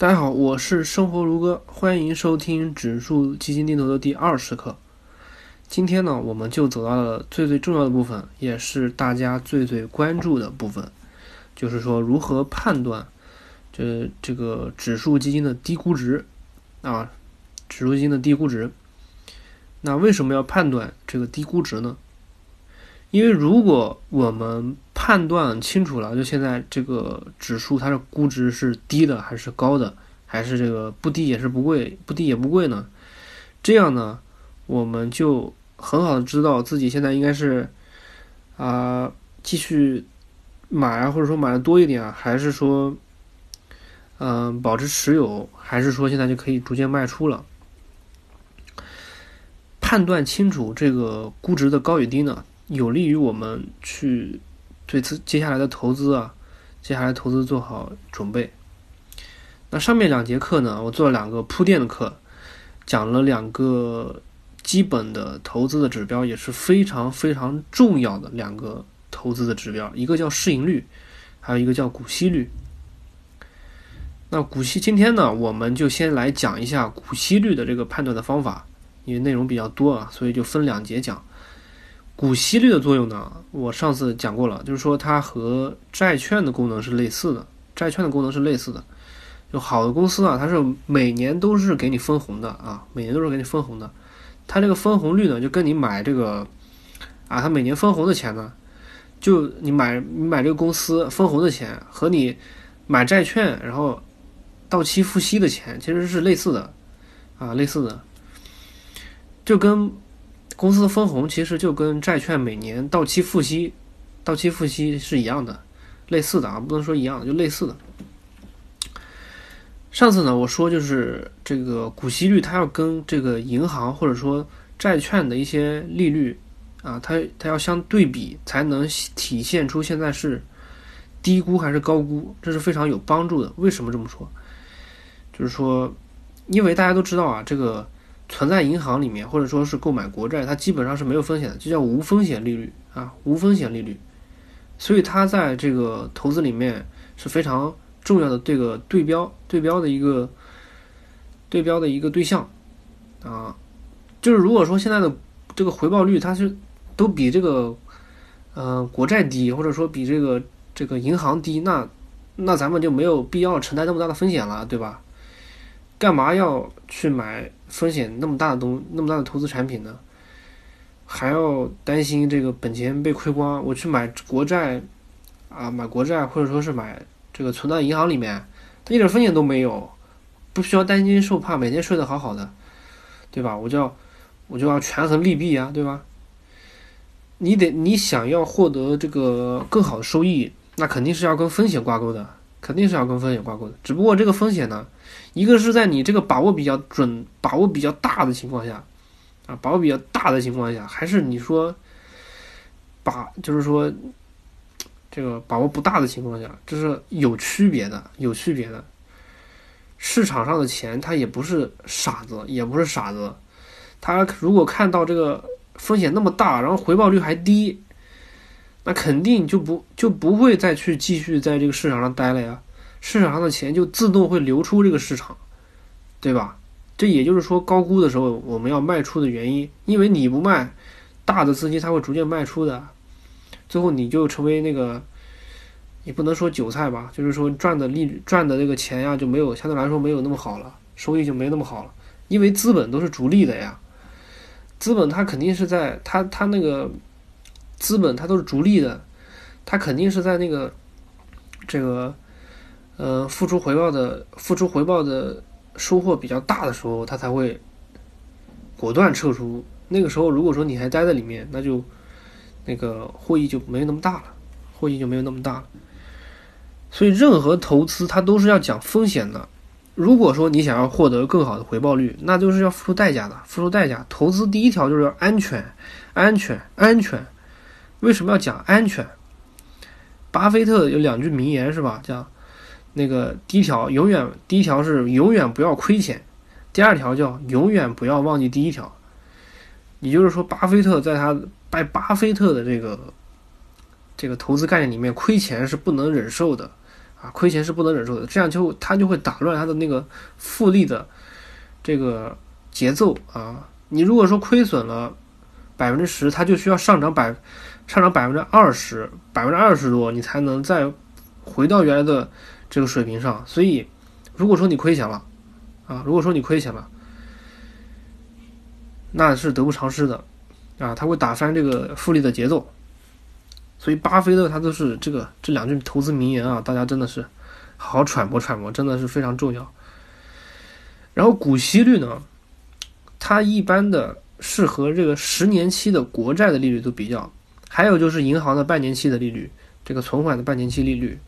大家好，我是生活如歌，欢迎收听指数基金定投的第20课。今天呢，我们就走到了最重要的部分，也是大家最关注的部分，就是说如何判断这个指数基金的低估值啊，指数基金的低估值。那为什么要判断这个低估值呢？因为如果我们判断清楚了，就现在这个指数它的估值是低的还是高的，还是这个不低也是不贵，不低也不贵呢？这样呢，我们就很好的知道自己现在应该是继续买啊，或者说买的多一点啊，还是说保持持有，还是说现在就可以逐渐卖出了。判断清楚这个估值的高与低呢，有利于我们去对接下来的投资做好准备。那上面2节课呢，我做了2个铺垫的课，讲了2个基本的投资的指标，也是非常重要的2个投资的指标，一个叫市盈率，还有一个叫股息率。那今天呢，我们就先来讲一下股息率的这个判断的方法，因为内容比较多啊，所以就分2节讲。股息率的作用呢，我上次讲过了，就是说它和债券的功能是类似的。就好的公司啊，它是每年都是给你分红的啊，它这个分红率呢，就跟你买这个它每年分红的钱呢，就你买这个公司分红的钱和你买债券然后到期付息的钱其实是类似的，就跟公司的分红其实就跟债券每年到期付息是一样的，类似的啊，不能说一样的，就类似的。上次呢，我说就是这个股息率，它要跟这个银行或者说债券的一些利率啊，它要相对比，才能体现出现在是低估还是高估，这是非常有帮助的。为什么这么说？就是说，因为大家都知道啊，这个存在银行里面或者说是购买国债，它基本上是没有风险的，就叫无风险利率啊，无风险利率。所以它在这个投资里面是非常重要的这个对标的一个对象啊。就是如果说现在的这个回报率它是都比这个国债低，或者说比这个银行低，那咱们就没有必要承担那么大的风险了，对吧？干嘛要去买风险那么大的投资产品呢？还要担心这个本钱被亏光？我去买国债或者说是买这个存到银行里面，它一点风险都没有，不需要担惊受怕，每天睡得好好的，对吧？我就要权衡利弊啊，对吧？你想要获得这个更好的收益，那肯定是要跟风险挂钩的，只不过这个风险呢，一个是在你这个把握比较大的情况下还是你说就是说这个把握不大的情况下，这是有区别的。市场上的钱它也不是傻子，他如果看到这个风险那么大，然后回报率还低，那肯定就不会再去继续在这个市场上待了呀，市场上的钱就自动会流出这个市场，对吧？这也就是说高估的时候我们要卖出的原因，因为你不卖，大的资金它会逐渐卖出的，最后你就成为那个，也不能说韭菜吧，就是说赚的这个钱呀就没有，相对来说没有那么好了，收益就没那么好了，因为资本都是逐利的呀，资本它肯定是在它那个资本它都是逐利的，它肯定是在那个这个付出回报的收获比较大的时候，它才会果断撤出。那个时候如果说你还待在里面，那就那个获益就没有那么大了。所以任何投资它都是要讲风险的。如果说你想要获得更好的回报率，那就是要付出代价的。投资第一条就是要安全。为什么要讲安全？巴菲特有2句名言是吧？叫那个第一条是永远不要亏钱，第2条叫永远不要忘记第1条。也就是说，巴菲特在巴菲特的这个投资概念里面，亏钱是不能忍受的啊，亏钱是不能忍受的，这样它就会打乱它的那个复利的这个节奏啊。你如果说亏损了10%，它就需要上涨20%，20%多，你才能再回到原来的这个水平上。所以，如果说你亏钱了啊，那是得不偿失的啊，它会打翻这个复利的节奏。所以巴菲特他都是这两句投资名言啊，大家真的是好好揣摩揣摩，真的是非常重要。然后股息率呢，它一般的是和这个10年期的国债的利率都比较，还有就是银行的半年期的利率，这个存款的半年期利率。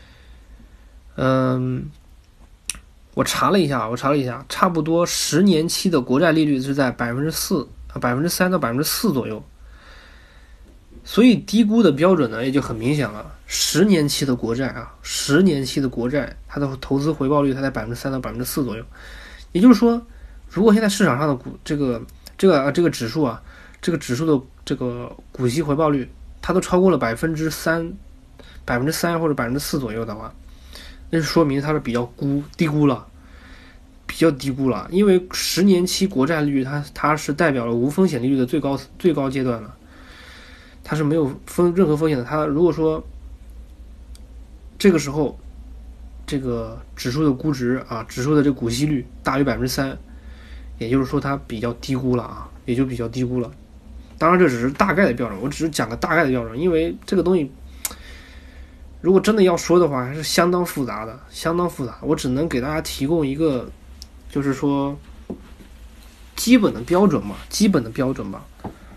我查了一下，差不多10年期的国债利率是在3%到4%左右。所以低估的标准呢也就很明显了。10年期的国债啊，10年期的国债，它的投资回报率它在3%到4%左右。也就是说，如果现在市场上的这个指数啊，这个指数的这个股息回报率，它都超过了3%或者4%左右的话，那就说明它是比较低估了。因为10年期国债利率它是代表了无风险利率的最高阶段了。它是没有任何风险的。它如果说这个时候这个指数的估值啊，指数的这个股息率大于3%，也就是说它比较低估了啊，当然这只是大概的标准，我只是讲个大概的标准，因为这个东西如果真的要说的话，还是相当复杂。我只能给大家提供一个，就是说基本的标准吧。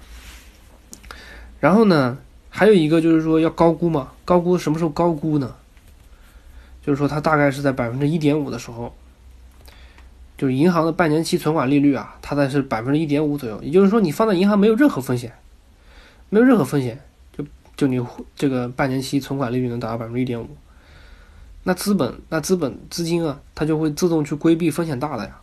然后呢，还有一个就是说要高估嘛，什么时候高估呢？就是说它大概是在1.5%的时候，就是银行的半年期存款利率啊，它在是1.5%左右。也就是说，你放在银行没有任何风险，就你这个半年期存款利率能达到1.5%，那资金啊，它就会自动去规避风险大的呀，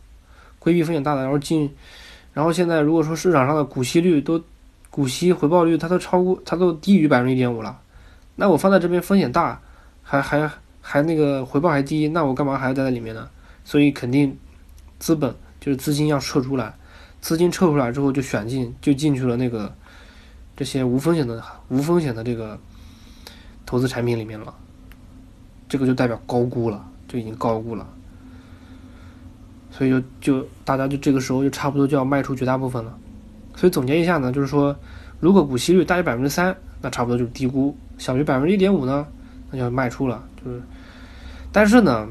然后现在如果说市场上的股息回报率它都低于1.5%了，那我放在这边风险大，还那个回报还低，那我干嘛还要待在里面呢？所以肯定资金要撤出来，资金撤出来之后就进去了那个这些无风险的这个投资产品里面了，这个就代表已经高估了，所以就大家就这个时候就差不多就要卖出绝大部分了。所以总结一下呢，就是说，如果股息率大于3%，那差不多就是低估；小于1.5%呢，那就要卖出了。但是呢，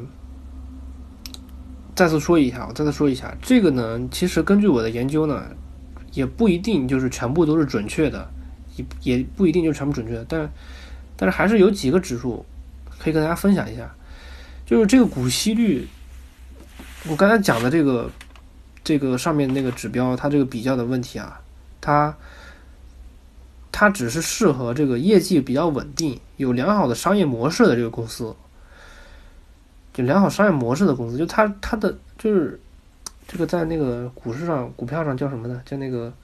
再次说一下，这个呢，其实根据我的研究呢，也不一定就是全部都是准确的，也不一定就是全部准确的，但是还是有几个指数可以跟大家分享一下，就是这个股息率，我刚才讲的这个上面那个指标，它这个比较的问题啊，它只是适合这个业绩比较稳定、有良好的商业模式的这个公司，就它的就是这个在那个股票上叫什么呢？叫那个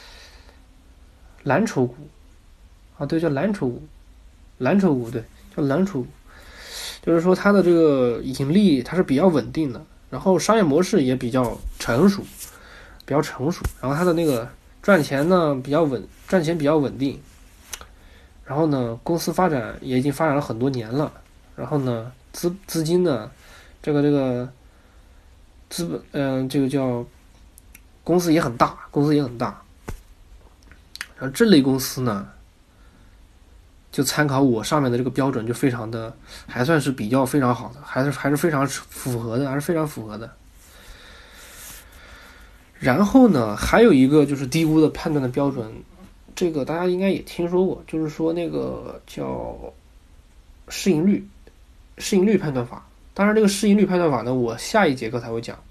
蓝筹股啊，对，叫蓝筹股，对，叫蓝筹股，就是说它的这个盈利它是比较稳定的。然后商业模式也比较成熟，然后它的那个赚钱比较稳定，然后呢，公司发展也已经发展了很多年了，然后呢，资金呢，这个资本，这个叫公司也很大，然后这类公司呢，就参考我上面的这个标准，就非常的还算是比较非常好的，还是非常符合的。然后呢，还有一个就是低估的判断的标准，这个大家应该也听说过，就是说那个叫市盈率判断法。当然，这个市盈率判断法呢，我下一节课才会讲。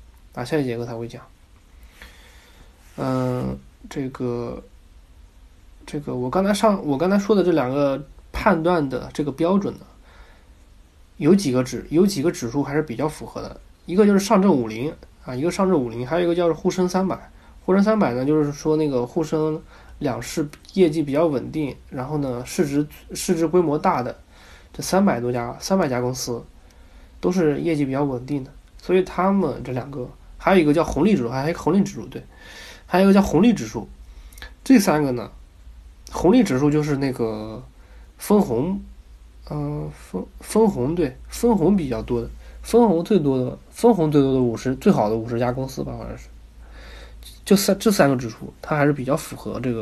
这个我刚才说的这两个判断的这个标准呢，有几个指数还是比较符合的。一个就是上证50啊，还有一个叫沪深300。沪深300呢，就是说那个沪深两市业绩比较稳定，然后呢市值规模大的这300家公司， 都是业绩比较稳定的。所以他们这两个，还有一个叫红利指数，还有一个红利指数，对，还有一个叫红利指数。这三个呢，红利指数就是那个分红，分红，对，分红比较多的，分红最多的最好的50家公司吧，好像是。就这三个指数，它还是比较符合这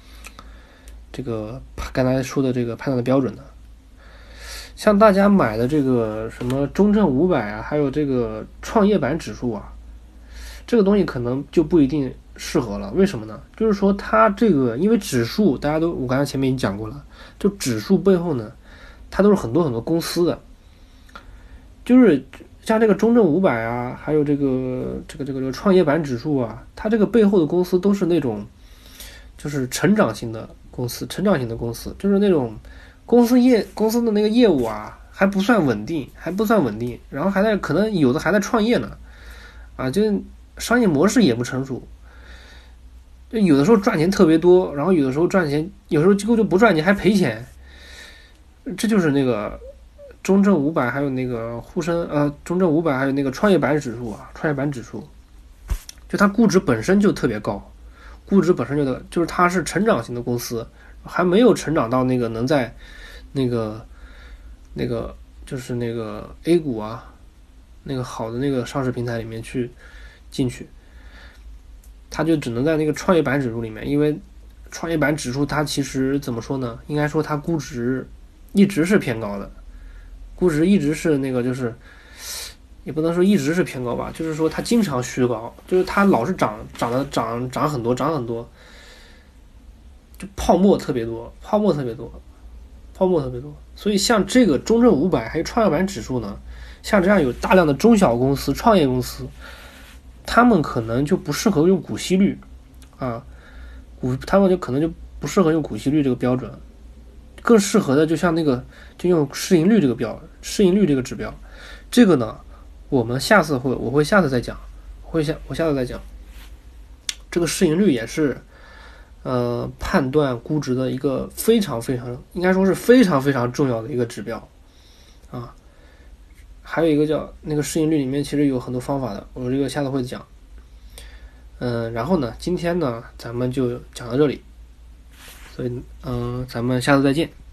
个刚才说的这个判断的标准的。像大家买的这个什么中证500啊，还有这个创业板指数啊，这个东西可能就不一定适合了。为什么呢？就是说它这个因为指数大家都我刚才前面已经讲过了，就指数背后呢，它都是很多公司的，就是像这个中证500啊，还有这个创业板指数啊，它这个背后的公司都是那种就是成长型的公司，就是那种公司的那个业务啊还不算稳定，然后可能有的还在创业呢，啊，就商业模式也不成熟，就有的时候赚钱特别多，然后有的时候赚钱，有时候机构就不赚钱还赔钱，这就是那个中证500还有那个中证500还有那个创业板指数，就它估值本身就特别高，就是它是成长型的公司，还没有成长到那个能在那个就是那个 A 股啊，那个好的那个上市平台里面进去，它就只能在那个创业板指数里面，因为创业板指数它其实怎么说呢？应该说它估值一直是偏高的，就是也不能说一直是偏高吧，就是说它经常虚高，就是它老是涨很多，就泡沫特别多。所以像这个中证500还有创业板指数呢，像这样有大量的中小公司、创业公司，他们可能就不适合用股息率啊，他们就可能就不适合用股息率这个标准，更适合的就用市盈率这个指标。这个呢，我会下次再讲，我下次再讲。这个市盈率也是判断估值的一个非常应该说是非常重要的一个指标啊。还有一个叫那个市盈率里面其实有很多方法的，我这个下次会讲。然后呢，今天呢咱们就讲到这里，所以咱们下次再见。